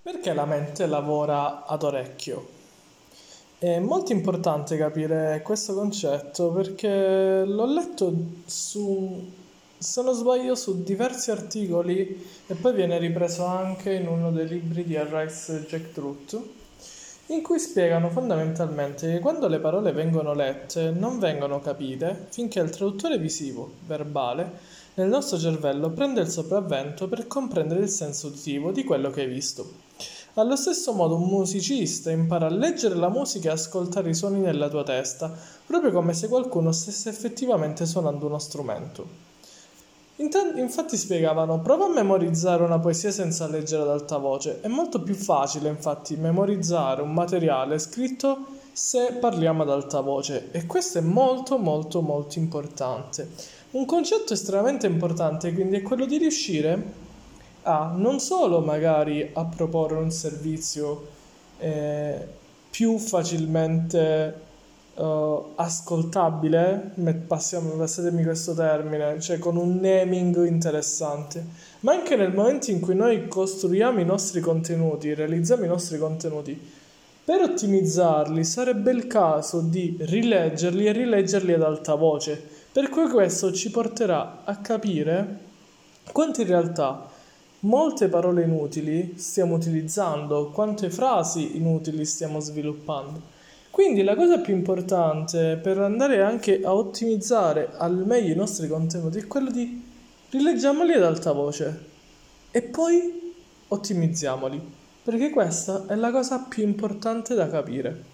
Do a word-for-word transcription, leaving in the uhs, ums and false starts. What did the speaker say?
Perché la mente lavora ad orecchio? È molto importante capire questo concetto perché l'ho letto su, se non sbaglio, su diversi articoli e poi viene ripreso anche in uno dei libri di Rice Jack Truth, in cui spiegano fondamentalmente che quando le parole vengono lette non vengono capite finché il traduttore visivo, verbale, nel nostro cervello prende il sopravvento per comprendere il senso uditivo di quello che hai visto. Allo stesso modo un musicista impara a leggere la musica e ascoltare i suoni nella tua testa, proprio come se qualcuno stesse effettivamente suonando uno strumento. Intan- Infatti spiegavano, prova a memorizzare una poesia senza leggere ad alta voce. È molto più facile, infatti, memorizzare un materiale scritto se parliamo ad alta voce. E questo è molto, molto, molto importante. Un concetto estremamente importante, quindi, è quello di riuscire a non solo magari a proporre un servizio eh, più facilmente eh, ascoltabile, me- passiamo, passatemi questo termine, cioè con un naming interessante, ma anche nel momento in cui noi costruiamo i nostri contenuti, realizziamo i nostri contenuti, per ottimizzarli sarebbe il caso di rileggerli e rileggerli ad alta voce, per cui questo ci porterà a capire quanto in realtà molte parole inutili stiamo utilizzando, quante frasi inutili stiamo sviluppando. Quindi la cosa più importante per andare anche a ottimizzare al meglio i nostri contenuti è quello di rileggiamoli ad alta voce e poi ottimizziamoli, perché questa è la cosa più importante da capire.